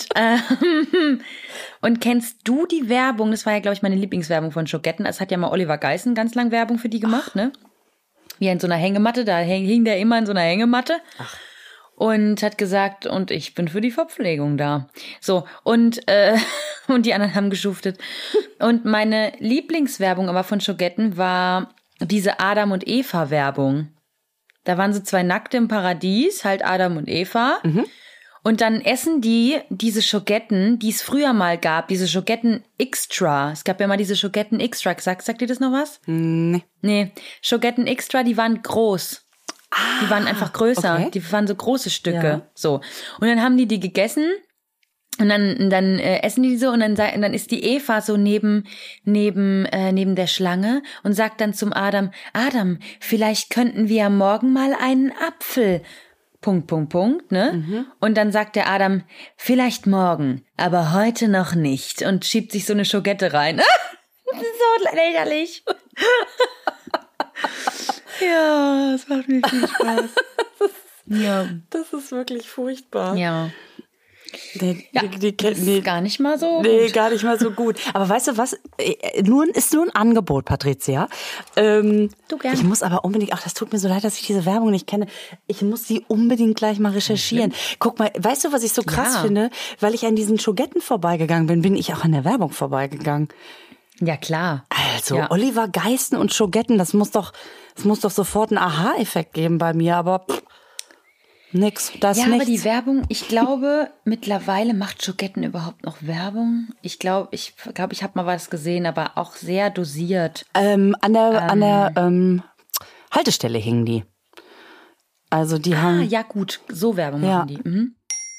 kennst du die Werbung? Das war ja, glaube ich, meine Lieblingswerbung von Schoketten. Es hat ja mal Oliver Geißen ganz lang Werbung für die gemacht, ne? Wie in so einer Hängematte, da hing der immer in so einer Hängematte. Ach. Und hat gesagt, und ich bin für die Verpflegung da. So, und die anderen haben geschuftet. Und meine Lieblingswerbung aber von Schoketten war diese Adam und Eva Werbung. Da waren so zwei Nackte im Paradies, halt Adam und Eva. Und dann essen die diese Schoketten, die es früher mal gab, diese Schoketten Extra. Es gab ja mal diese Schoketten Extra. Sagt dir das noch was? Nee. Schoketten Extra, die waren groß. Die waren einfach größer. Okay. Die waren so große Stücke. Ja. So. Und dann haben die gegessen. Und dann essen die so und dann ist die Eva so neben der Schlange und sagt dann zum Adam, vielleicht könnten wir ja morgen mal einen Apfel. ... ne? Und dann sagt der Adam, vielleicht morgen, aber heute noch nicht und schiebt sich so eine Schokette rein. Das ist so lächerlich. Ja, es macht mir viel Spaß. Ja. Das ist wirklich furchtbar. Ja. Das ist gar nicht mal so Nee, gut. gar nicht mal so gut. Aber weißt du was? Ist nur ein Angebot, Patricia. Du gerne. Ich muss aber unbedingt, das tut mir so leid, dass ich diese Werbung nicht kenne. Ich muss sie unbedingt gleich mal recherchieren. Guck mal, weißt du, was ich so krass finde? Weil ich an diesen Schoketten vorbeigegangen bin ich auch an der Werbung vorbeigegangen. Ja, klar. Also, Ja. Oliver Geißen und Schoketten, das muss doch sofort einen Aha-Effekt geben bei mir, aber nix, das Ja, nichts. aber die Werbung, ich glaube, mittlerweile macht Schoketten überhaupt noch Werbung. Ich glaube, ich habe mal was gesehen, aber auch sehr dosiert. An der Haltestelle hingen die. Also die haben... Ja gut, so Werbung Ja. machen die. Mhm.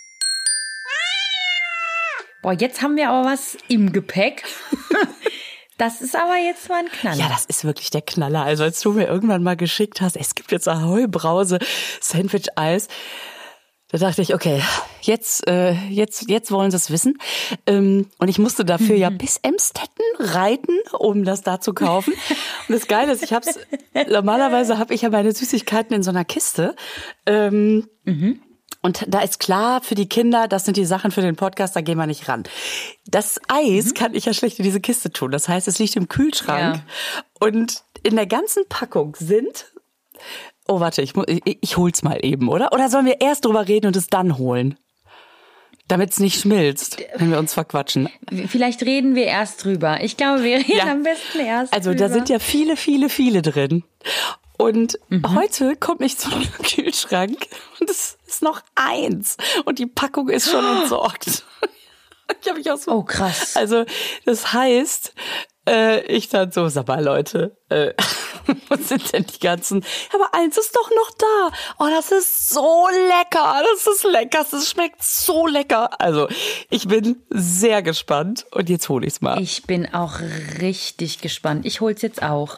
Boah, jetzt haben wir aber was im Gepäck. Das ist aber jetzt mal ein Knaller. Ja, das ist wirklich der Knaller. Also als du mir irgendwann mal geschickt hast, es gibt jetzt Ahoi Brause Sandwich-Eis, da dachte ich, okay, jetzt wollen sie es wissen. Und ich musste dafür ja bis Emstetten reiten, um das da zu kaufen. Und das Geile ist, normalerweise habe ich ja meine Süßigkeiten in so einer Kiste. Und da ist klar für die Kinder, das sind die Sachen für den Podcast, da gehen wir nicht ran. Das Eis kann ich ja schlecht in diese Kiste tun. Das heißt, es liegt im Kühlschrank. Ja. Und in der ganzen Packung sind... Oh, warte, ich hol's mal eben, oder? Oder sollen wir erst drüber reden und es dann holen? Damit es nicht schmilzt, wenn wir uns verquatschen. Vielleicht reden wir erst drüber. Ich glaube, wir reden am besten erst drüber. Da sind ja viele, viele, viele drin. Und heute komme ich zum Kühlschrank und es ist noch 1 und die Packung ist schon entsorgt. Ich habe mich auch so. Oh, krass. Also, das heißt, ich dann so, sag mal, Leute, was sind denn die ganzen? Aber 1 ist doch noch da. Oh, das ist so lecker. Das ist lecker. Das schmeckt so lecker. Also, ich bin sehr gespannt und jetzt hole ich's mal. Ich bin auch richtig gespannt. Ich hol's jetzt auch.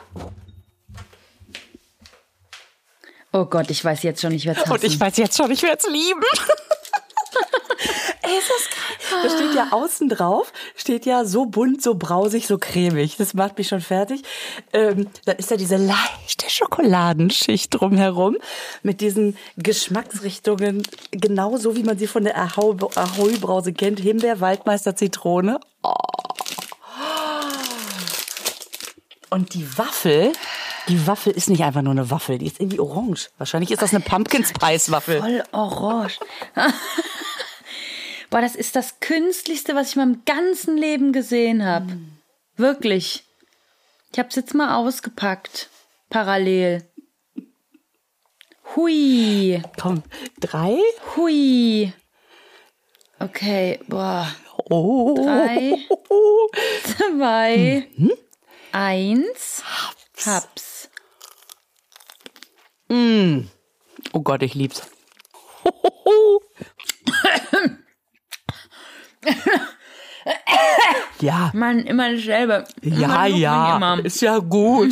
Oh Gott, ich weiß jetzt schon, ich werde es hassen. Und ich weiß jetzt schon, ich werde es lieben. Ey, ist das geil. Da steht ja außen drauf, steht ja so bunt, so brausig, so cremig. Das macht mich schon fertig. Da ist ja diese leichte Schokoladenschicht drumherum mit diesen Geschmacksrichtungen, genauso wie man sie von der Ahoi-Brause kennt. Himbeer, Waldmeister, Zitrone. Oh. Und die Waffel ist nicht einfach nur eine Waffel, die ist irgendwie orange. Wahrscheinlich ist das eine Pumpkin-Spice-Waffel. Voll orange. Boah, das ist das Künstlichste, was ich in meinem ganzen Leben gesehen habe. Wirklich. Ich habe es jetzt mal ausgepackt. Parallel. Hui. Komm, 3. Hui. Okay, boah. 3, 2, 1. Hab's. Oh Gott, ich lieb's. Ja. Mann, immer dasselbe. Ja, immer. Ist ja gut.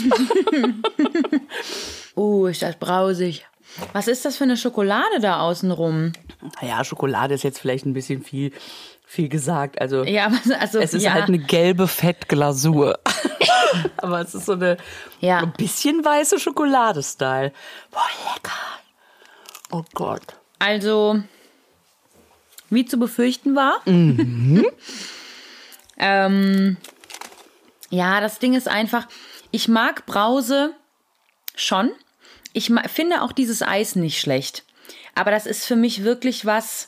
Ist das brausig. Was ist das für eine Schokolade da außenrum? Naja, Schokolade ist jetzt vielleicht ein bisschen viel gesagt. Also, ja, also es ist halt eine gelbe Fettglasur. Aber es ist so ein bisschen weiße Schokolade-Style. Boah, lecker. Oh Gott. Also, wie zu befürchten war. Ja, das Ding ist einfach, ich mag Brause schon. Ich finde auch dieses Eis nicht schlecht. Aber das ist für mich wirklich was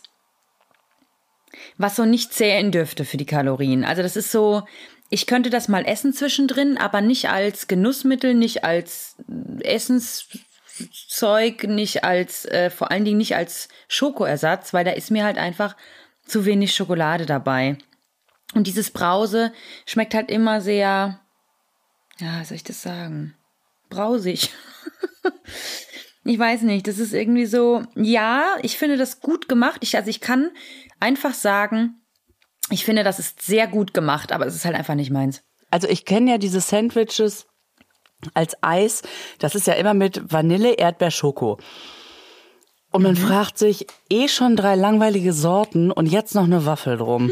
so nicht zählen dürfte für die Kalorien. Also das ist so, ich könnte das mal essen zwischendrin, aber nicht als Genussmittel, nicht als Essenszeug, nicht als, vor allen Dingen nicht als Schokoersatz, weil da ist mir halt einfach zu wenig Schokolade dabei. Und dieses Brause schmeckt halt immer sehr, ja, wie soll ich das sagen? Brausig. Ich weiß nicht, das ist irgendwie so, ja, ich finde das gut gemacht. Ich kann einfach sagen, ich finde, das ist sehr gut gemacht, aber es ist halt einfach nicht meins. Also ich kenne ja diese Sandwiches als Eis, das ist ja immer mit Vanille, Erdbeer, Schoko. Und man fragt sich, schon 3 langweilige Sorten und jetzt noch eine Waffel drum.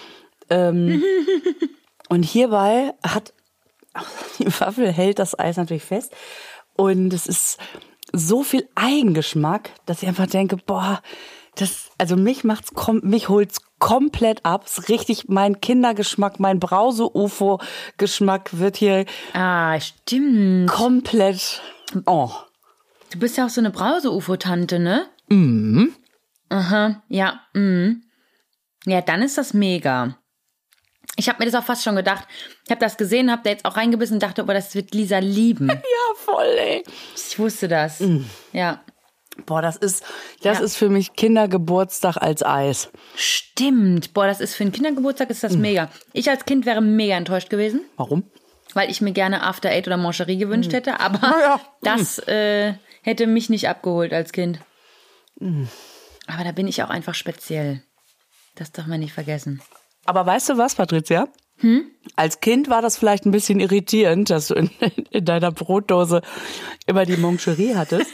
Und hierbei die Waffel hält das Eis natürlich fest. Und es ist so viel Eigengeschmack, dass ich einfach denke, boah, mich holt's komplett ab. Es ist richtig mein Kindergeschmack, mein Brause-UFO-Geschmack wird hier stimmt. Komplett. Oh. Du bist ja auch so eine Brause-UFO-Tante, ne? Mhm. Aha, ja. Ja, dann ist das mega. Ich habe mir das auch fast schon gedacht. Ich habe das gesehen, habe da jetzt auch reingebissen und dachte, das wird Lisa lieben. Ja, voll, ey. Ich wusste das. Ja. Boah, das ist für mich Kindergeburtstag als Eis. Stimmt. Boah, das ist für einen Kindergeburtstag ist das mega. Ich als Kind wäre mega enttäuscht gewesen. Warum? Weil ich mir gerne After Eight oder Mancherie gewünscht hätte, aber das hätte mich nicht abgeholt als Kind. Aber da bin ich auch einfach speziell. Das darf man nicht vergessen. Aber weißt du was, Patricia? Als Kind war das vielleicht ein bisschen irritierend, dass du in deiner Brotdose immer die Mancherie hattest.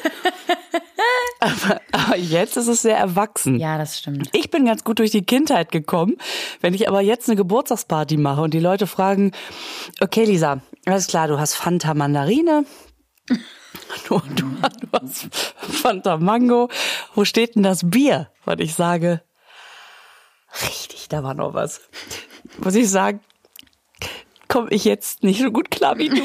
aber jetzt ist es sehr erwachsen. Ja, das stimmt. Ich bin ganz gut durch die Kindheit gekommen. Wenn ich aber jetzt eine Geburtstagsparty mache und die Leute fragen, okay Lisa, alles klar, du hast Fanta Mandarine, du Du hast Fanta Mango. Wo steht denn das Bier? Und ich sage, richtig, da war noch was. Muss ich sagen, komme ich jetzt nicht so gut klar wie du.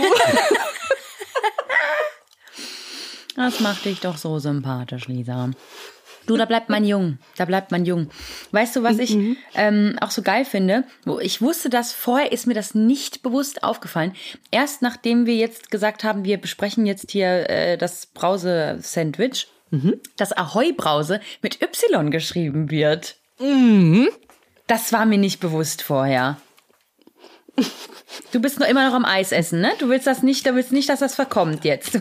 Das macht dich doch so sympathisch, Lisa. Du, da bleibt man jung. Da bleibt man jung. Weißt du, was ich auch so geil finde? Ich wusste das, vorher ist mir das nicht bewusst aufgefallen. Erst nachdem wir jetzt gesagt haben, wir besprechen jetzt hier das Brause-Sandwich, dass Ahoi-Brause mit Y geschrieben wird. Das war mir nicht bewusst vorher. Du bist noch immer noch am Eis essen, ne? Du willst nicht, dass das verkommt jetzt.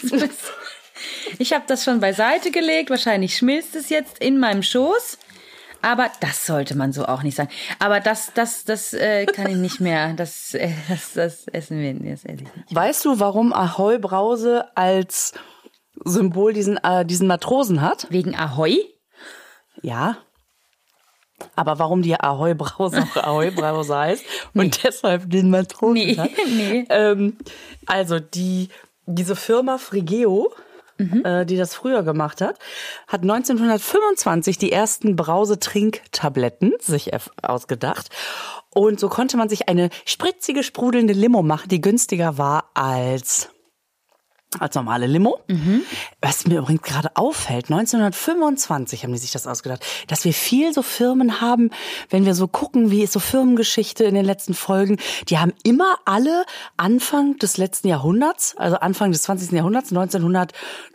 Ich habe das schon beiseite gelegt. Wahrscheinlich schmilzt es jetzt in meinem Schoß. Aber das sollte man so auch nicht sagen. Aber das kann ich nicht mehr. Das essen wir. Das esse ich nicht. Weißt du, warum Ahoi Brause als Symbol diesen Matrosen hat? Wegen Ahoi? Ja. Aber warum die Ahoi Brause auch Ahoi Brause heißt und deshalb den Matrosen hat? Nee. Also diese Firma Frigeo, die das früher gemacht hat 1925 die ersten Brause-Trinktabletten sich ausgedacht. Und so konnte man sich eine spritzige, sprudelnde Limo machen, die günstiger war als normale Limo. Was mir übrigens gerade auffällt, 1925 haben die sich das ausgedacht, dass wir viel so Firmen haben, wenn wir so gucken, wie ist so Firmengeschichte in den letzten Folgen, die haben immer alle Anfang des letzten Jahrhunderts, also Anfang des 20. Jahrhunderts, 1920er,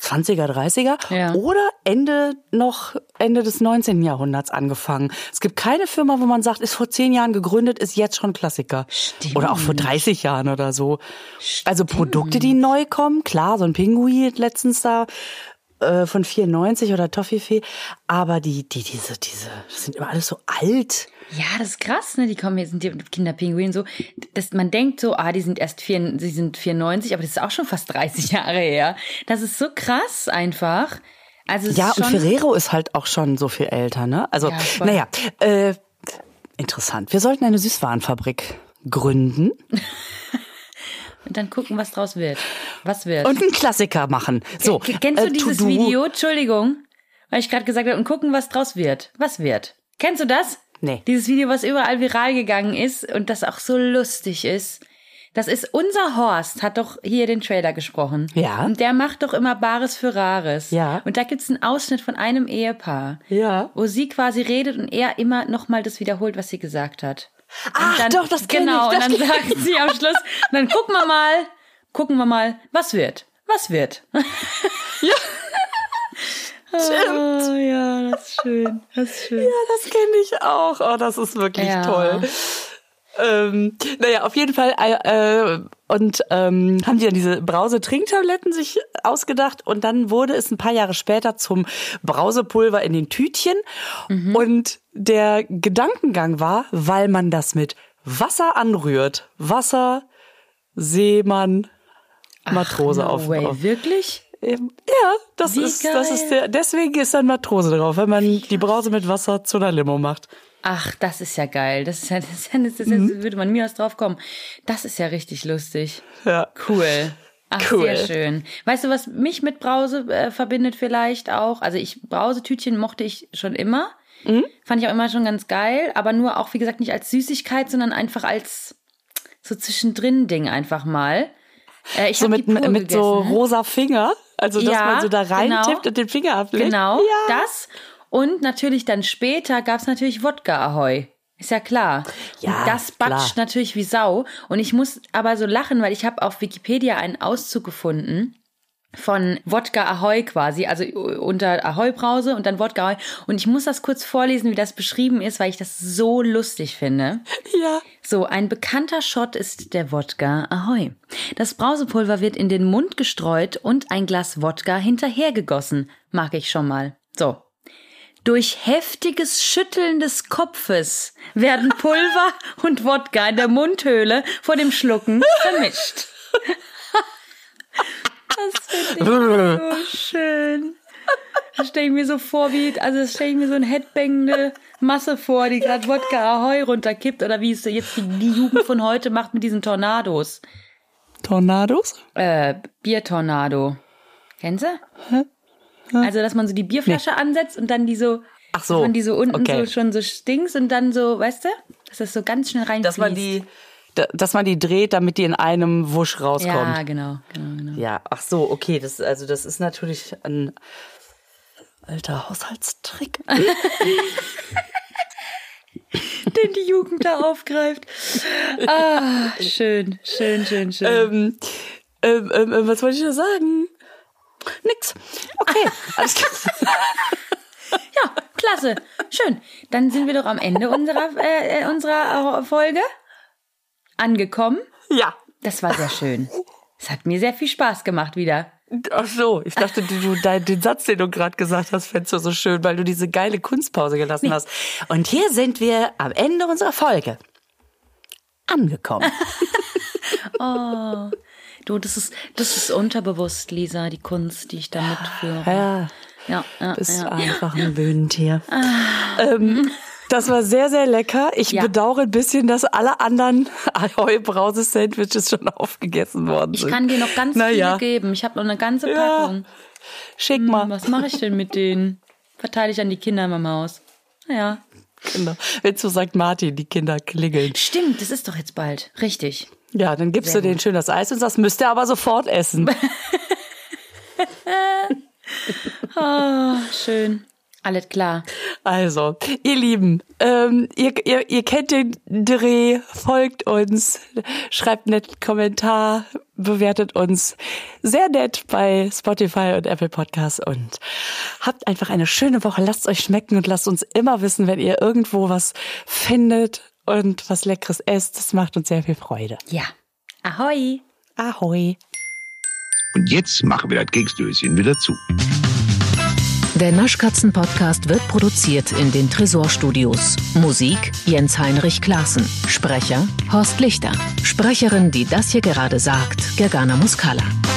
30er oder Ende des 19. Jahrhunderts angefangen. Es gibt keine Firma, wo man sagt, ist vor 10 Jahren gegründet, ist jetzt schon Klassiker. Stimmt. Oder auch vor 30 Jahren oder so. Stimmt. Also Produkte, die neu kommen, klar, so ein Pinguin letztens da von 94 oder Toffifee, aber diese, das sind immer alles so alt. Ja, das ist krass, ne? Die kommen jetzt, sind die Kinderpinguine so, dass man denkt so, sie sind 94, aber das ist auch schon fast 30 Jahre her. Das ist so krass einfach. Also ja, und Ferrero ist halt auch schon so viel älter, ne? Also, interessant. Wir sollten eine Süßwarenfabrik gründen. Und dann gucken, was draus wird. Was wird? Und einen Klassiker machen. So, kennst du dieses Video? Entschuldigung, weil ich gerade gesagt habe, und gucken, was draus wird. Was wird? Kennst du das? Nee. Dieses Video, was überall viral gegangen ist und das auch so lustig ist. Das ist unser Horst, hat doch hier den Trailer gesprochen. Ja. Und der macht doch immer Bares für Rares. Ja. Und da gibt's einen Ausschnitt von einem Ehepaar. Ja. Wo sie quasi redet und er immer nochmal das wiederholt, was sie gesagt hat. Ach dann, doch, das kenne ich. Genau, und dann sagt sie am Schluss, und dann gucken wir mal, was wird? Ja. Stimmt. Oh, ja, das ist schön. Ja, das kenne ich auch. Oh, das ist wirklich toll. Auf jeden Fall haben die dann diese Brause-Trinktabletten sich ausgedacht und dann wurde es ein paar Jahre später zum Brausepulver in den Tütchen und der Gedankengang war, weil man das mit Wasser anrührt. Wasser, Seemann, Matrose auf. Wirklich? Ja, das ist deswegen ist dann Matrose drauf, wenn man die Brause mit Wasser zu einer Limo macht. Ach, das ist ja geil. Das würde man nie was drauf kommen. Das ist ja richtig lustig. Ja. Cool. Ach, cool. Sehr schön. Weißt du, was mich mit Brause verbindet vielleicht auch? Also Brausetütchen mochte ich schon immer. Fand ich auch immer schon ganz geil. Aber nur auch, wie gesagt, nicht als Süßigkeit, sondern einfach als so zwischendrin-Ding einfach mal. Ich so mit so rosa Finger. Also, dass man so da reintippt und den Finger ablegt. Genau, das. Und natürlich dann später gab's natürlich Wodka Ahoi. Ist ja klar. Ja, und das batscht natürlich wie Sau. Und ich muss aber so lachen, weil ich habe auf Wikipedia einen Auszug gefunden von Wodka Ahoi quasi, also unter Ahoi Brause und dann Wodka Ahoi. Und ich muss das kurz vorlesen, wie das beschrieben ist, weil ich das so lustig finde. Ja. So, ein bekannter Shot ist der Wodka Ahoi. Das Brausepulver wird in den Mund gestreut und ein Glas Wodka hinterhergegossen. Mag ich schon mal. So. Durch heftiges Schütteln des Kopfes werden Pulver und Wodka in der Mundhöhle vor dem Schlucken vermischt. Das finde ich so schön. Das stelle ich mir so vor, das stelle ich mir so eine headbangende Masse vor, die gerade Wodka Ahoi runterkippt oder wie es jetzt die Jugend von heute macht mit diesen Tornados. Tornados? Biertornado. Kennst du? Also, dass man so die Bierflasche ansetzt und dann die so, ach so, dass man die so unten okay. so schon so stinkt und dann so, weißt du, dass das so ganz schnell reinfließt. Dass man die dreht, damit die in einem Wusch rauskommt. Ja, genau. Ja, ach so, okay, das ist natürlich ein alter Haushaltstrick. Den die Jugend da aufgreift. Ah, schön. Was wollte ich da sagen? Nix. Okay, alles klar. Ja, klasse. Schön. Dann sind wir doch am Ende unserer Folge angekommen. Ja. Das war sehr schön. Es hat mir sehr viel Spaß gemacht wieder. Ach so, ich dachte, den Satz, den du gerade gesagt hast, fändest du so schön, weil du diese geile Kunstpause gelassen hast. Und hier sind wir am Ende unserer Folge angekommen. Oh, du, das ist unterbewusst, Lisa, die Kunst, die ich da mitführe. Ja, bist einfach ein Bühnentier. Das war sehr, sehr lecker. Ich bedauere ein bisschen, dass alle anderen Ahoi-Brause-Sandwiches schon aufgegessen worden sind. Ich kann dir noch ganz viele geben. Ich habe noch eine ganze Packung. Schick mal. Was mache ich denn mit denen? Verteile ich an die Kinder in meinem Haus. Naja. Genau. Wenn zu St. Martin die Kinder klingeln. Stimmt, das ist doch jetzt bald. Richtig. Ja, dann gibst du denen schön das Eis und sagst, müsst ihr aber sofort essen. Oh, schön. Alles klar. Also, ihr Lieben, ihr kennt den Dreh, folgt uns, schreibt einen netten Kommentar, bewertet uns sehr nett bei Spotify und Apple Podcasts und habt einfach eine schöne Woche. Lasst es euch schmecken und lasst uns immer wissen, wenn ihr irgendwo was findet und was Leckeres esst. Das macht uns sehr viel Freude. Ja. Ahoi. Ahoi. Und jetzt machen wir das Keksdöschen wieder zu. Der Naschkatzen-Podcast wird produziert in den Tresorstudios. Musik Jens-Heinrich Klaassen. Sprecher Horst Lichter. Sprecherin, die das hier gerade sagt, Gergana Muscala.